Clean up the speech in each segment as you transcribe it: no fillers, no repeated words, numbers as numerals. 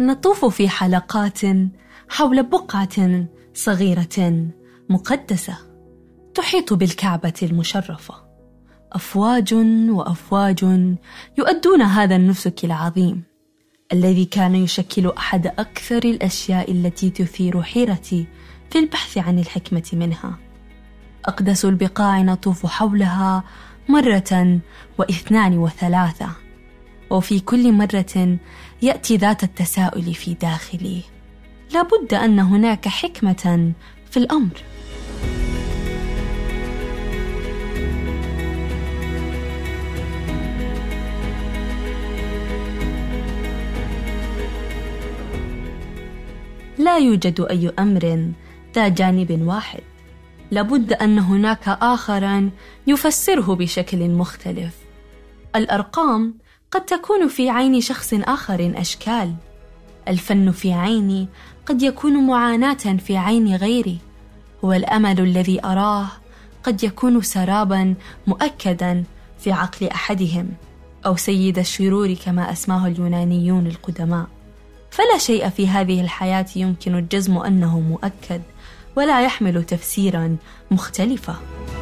نطوف في حلقات حول بقعة صغيرة مقدسة تحيط بالكعبة المشرفة. أفواج وأفواج يؤدون هذا النسك العظيم الذي كان يشكل أحد أكثر الأشياء التي تثير حيرتي في البحث عن الحكمة منها. أقدس البقاع نطوف حولها مرة واثنان وثلاثة، وفي كل مرة يأتي ذات التساؤل في داخلي: لابد أن هناك حكمة في الأمر. لا يوجد أي أمر ذا جانب واحد، لابد أن هناك آخر يفسره بشكل مختلف. الأرقام قد تكون في عين شخص آخر أشكال، الفن في عيني قد يكون معاناة في عين غيري، والأمل الذي أراه قد يكون سرابا مؤكدا في عقل أحدهم، أو سيد الشرور كما أسماه اليونانيون القدماء. فلا شيء في هذه الحياة يمكن الجزم أنه مؤكد ولا يحمل تفسيرا مختلفا.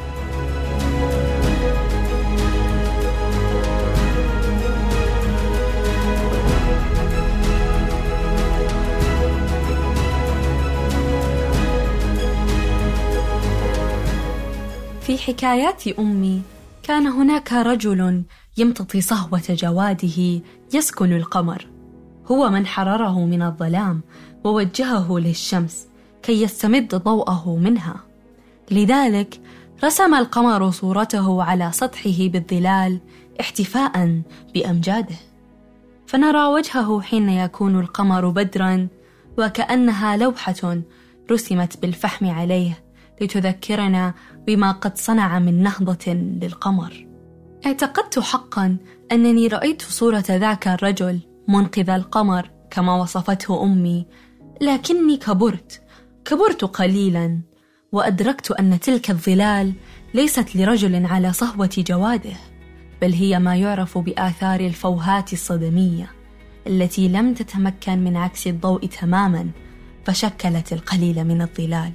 في حكايات أمي كان هناك رجل يمتطي صهوة جواده يسكن القمر، هو من حرره من الظلام ووجهه للشمس كي يستمد ضوءه منها. لذلك رسم القمر صورته على سطحه بالظلال احتفاء بأمجاده، فنرى وجهه حين يكون القمر بدرا وكأنها لوحة رسمت بالفحم عليه لتذكرنا بما قد صنع من نهضة للقمر. اعتقدت حقا أنني رأيت صورة ذاك الرجل منقذ القمر كما وصفته أمي، لكني كبرت قليلا وأدركت أن تلك الظلال ليست لرجل على صهوة جواده، بل هي ما يعرف بآثار الفوهات الصدمية التي لم تتمكن من عكس الضوء تماما فشكلت القليل من الظلال.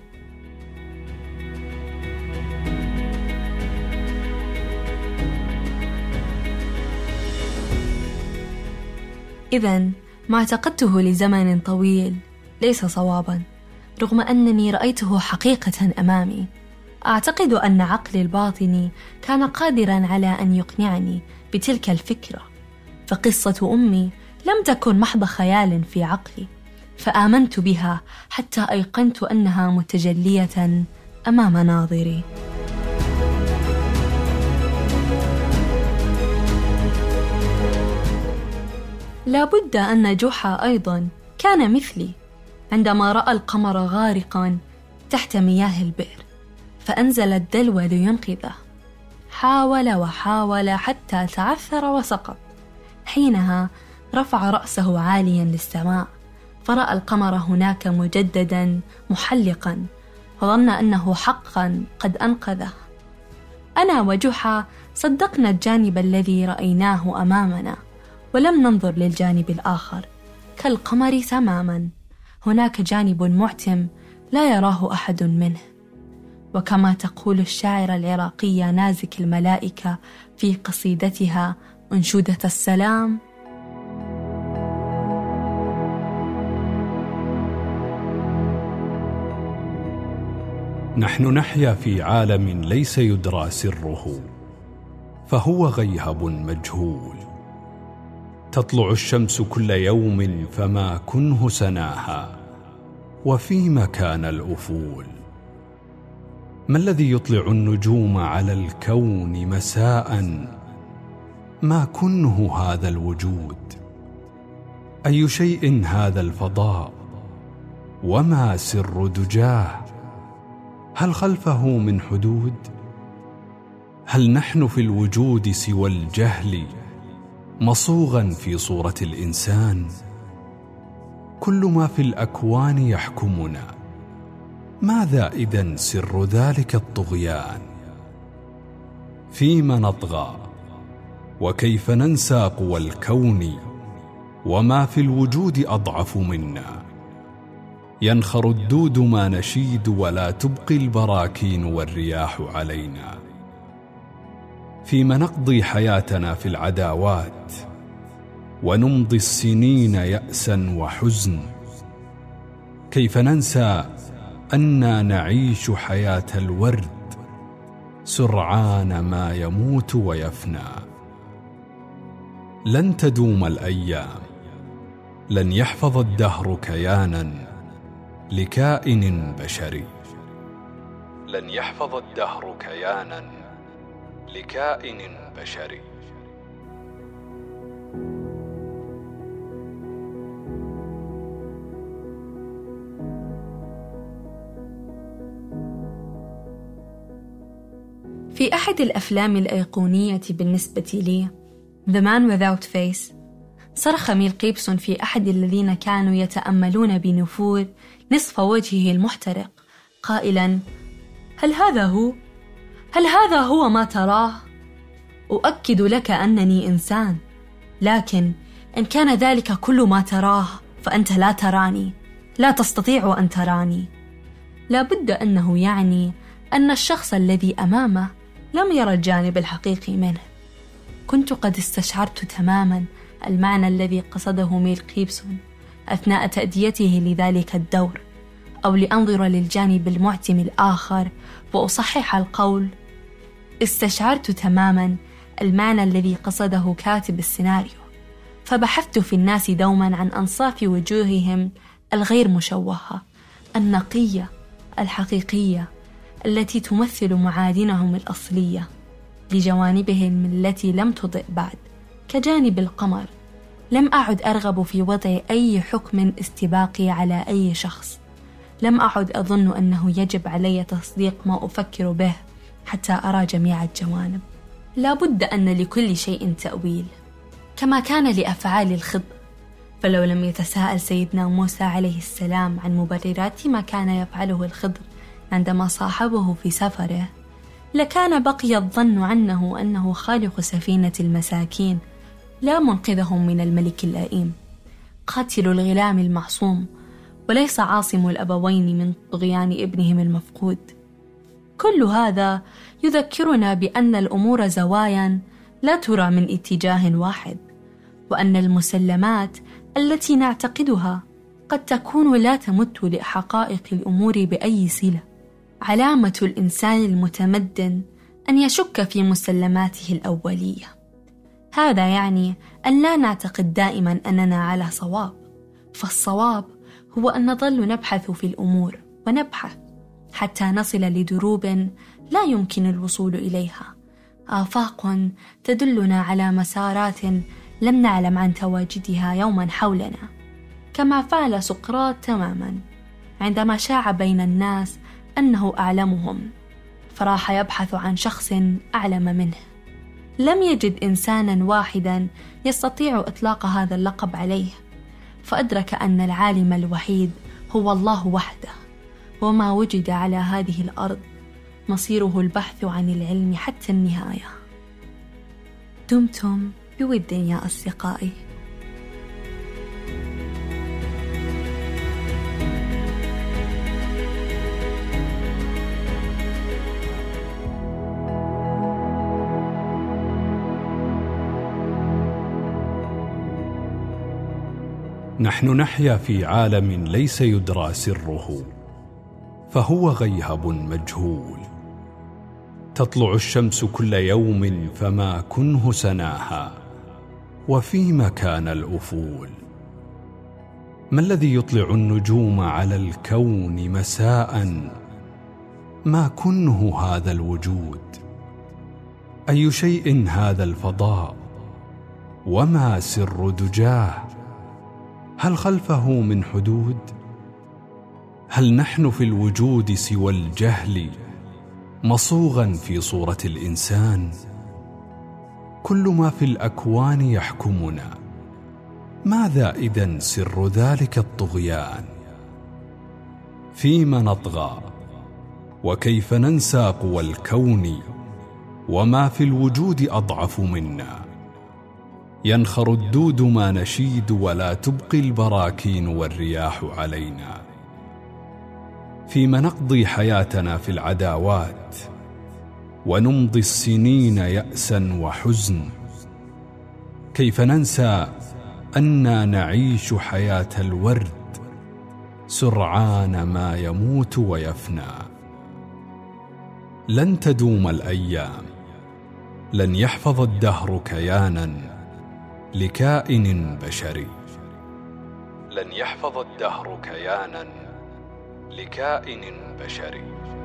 إذن ما اعتقدته لزمن طويل ليس صوابا، رغم أنني رأيته حقيقة أمامي. أعتقد أن عقلي الباطني كان قادرا على أن يقنعني بتلك الفكرة، فقصة أمي لم تكن محض خيال في عقلي، فآمنت بها حتى أيقنت أنها متجلية أمام ناظري. لابد أن جحا أيضا كان مثلي عندما رأى القمر غارقا تحت مياه البئر، فأنزل الدلو لينقذه. حاول وحاول حتى تعثر وسقط. حينها رفع رأسه عاليا للسماء، فرأى القمر هناك مجددا محلقا، وظن أنه حقا قد أنقذه. أنا وجحا صدقنا الجانب الذي رأيناه أمامنا، ولم ننظر للجانب الآخر كالقمر تماما. هناك جانب معتم لا يراه أحد منه، وكما تقول الشاعرة العراقية نازك الملائكة في قصيدتها أنشودة السلام: نحن نحيا في عالم ليس يدرى سره، فهو غيهب مجهول. تطلع الشمس كل يوم فما كنه سناها، وفيما كان الأفول. ما الذي يطلع النجوم على الكون مساء؟ ما كنه هذا الوجود؟ أي شيء هذا الفضاء؟ وما سر دجاه؟ هل خلفه من حدود؟ هل نحن في الوجود سوى الجهل مصوغا في صورة الإنسان؟ كل ما في الأكوان يحكمنا، ماذا إذن سر ذلك الطغيان؟ فيما نطغى؟ وكيف ننسى قوى الكون وما في الوجود أضعف منا. ينخر الدود ما نشيد ولا تبقي البراكين والرياح علينا. فيما نقضي حياتنا في العداوات ونمضي السنين يأسا وحزن. كيف ننسى أننا نعيش حياة الورد سرعان ما يموت ويفنى. لن تدوم الأيام، لن يحفظ الدهر كيانا لكائن بشري. لن يحفظ الدهر كيانا لكائن بشري. في أحد الأفلام الأيقونية بالنسبة لي The Man Without Face، صرخ ميل جيبسون في أحد الذين كانوا يتأملون بنفور نصف وجهه المحترق قائلاً: هل هذا هو؟ هل هذا هو ما تراه؟ أؤكد لك أنني إنسان، لكن إن كان ذلك كل ما تراه فأنت لا تراني، لا تستطيع أن تراني. لا بد أنه يعني أن الشخص الذي أمامه لم يرى الجانب الحقيقي منه. كنت قد استشعرت تماماً المعنى الذي قصده ميل جيبسون أثناء تأديته لذلك الدور، أو لأنظر للجانب المعتم الآخر وأصحح القول. استشعرت تماماً المعنى الذي قصده كاتب السيناريو، فبحثت في الناس دوماً عن أنصاف وجوههم الغير مشوهة، النقية، الحقيقية، التي تمثل معادنهم الأصلية، لجوانبهم التي لم تضئ بعد، كجانب القمر. لم أعد أرغب في وضع أي حكم استباقي على أي شخص. لم أعد أظن أنه يجب علي تصديق ما أفكر به حتى أرى جميع الجوانب. لا بد أن لكل شيء تأويل، كما كان لأفعال الخضر. فلو لم يتساءل سيدنا موسى عليه السلام عن مبررات ما كان يفعله الخضر عندما صاحبه في سفره، لكان بقي الظن عنه أنه خالق سفينة المساكين، لا منقذهم من الملك اللئيم، قاتل الغلام المعصوم، وليس عاصم الأبوين من طغيان ابنهم المفقود. كل هذا يذكرنا بأن الأمور زوايا لا ترى من اتجاه واحد، وأن المسلمات التي نعتقدها قد تكون لا تمت لحقائق الأمور بأي صلة. علامة الإنسان المتمدن أن يشك في مسلماته الأولية. هذا يعني أن لا نعتقد دائما أننا على صواب، فالصواب هو أن نظل نبحث في الأمور ونبحث حتى نصل لدروب لا يمكن الوصول إليها، آفاق تدلنا على مسارات لم نعلم عن تواجدها يوما حولنا، كما فعل سقراط تماما عندما شاع بين الناس أنه أعلمهم، فراح يبحث عن شخص أعلم منه. لم يجد إنسانا واحدا يستطيع إطلاق هذا اللقب عليه، فأدرك أن العالم الوحيد هو الله وحده، وما وجد على هذه الأرض مصيره البحث عن العلم حتى النهاية. دمتم بود يا أصدقائي. نحن نحيا في عالم ليس يدرى سره، فهو غيهب مجهول. تطلع الشمس كل يوم فما كنه سناها، وفيما كان الأفول. ما الذي يطلع النجوم على الكون مساء؟ ما كنه هذا الوجود؟ أي شيء هذا الفضاء؟ وما سر دجاه؟ هل خلفه من حدود؟ هل نحن في الوجود سوى الجهل مصوغا في صورة الإنسان؟ كل ما في الأكوان يحكمنا، ماذا إذن سر ذلك الطغيان؟ فيما نطغى؟ وكيف ننسى قوى الكون وما في الوجود أضعف منا؟ ينخر الدود ما نشيد ولا تبقي البراكين والرياح علينا. فيما نقضي حياتنا في العداوات ونمضي السنين يأسا وحزن؟ كيف ننسى أننا نعيش حياة الورد سرعان ما يموت ويفنى؟ لن تدوم الأيام، لن يحفظ الدهر كيانا لكائن بشري. لن يحفظ الدهر كيانا لكائن بشري.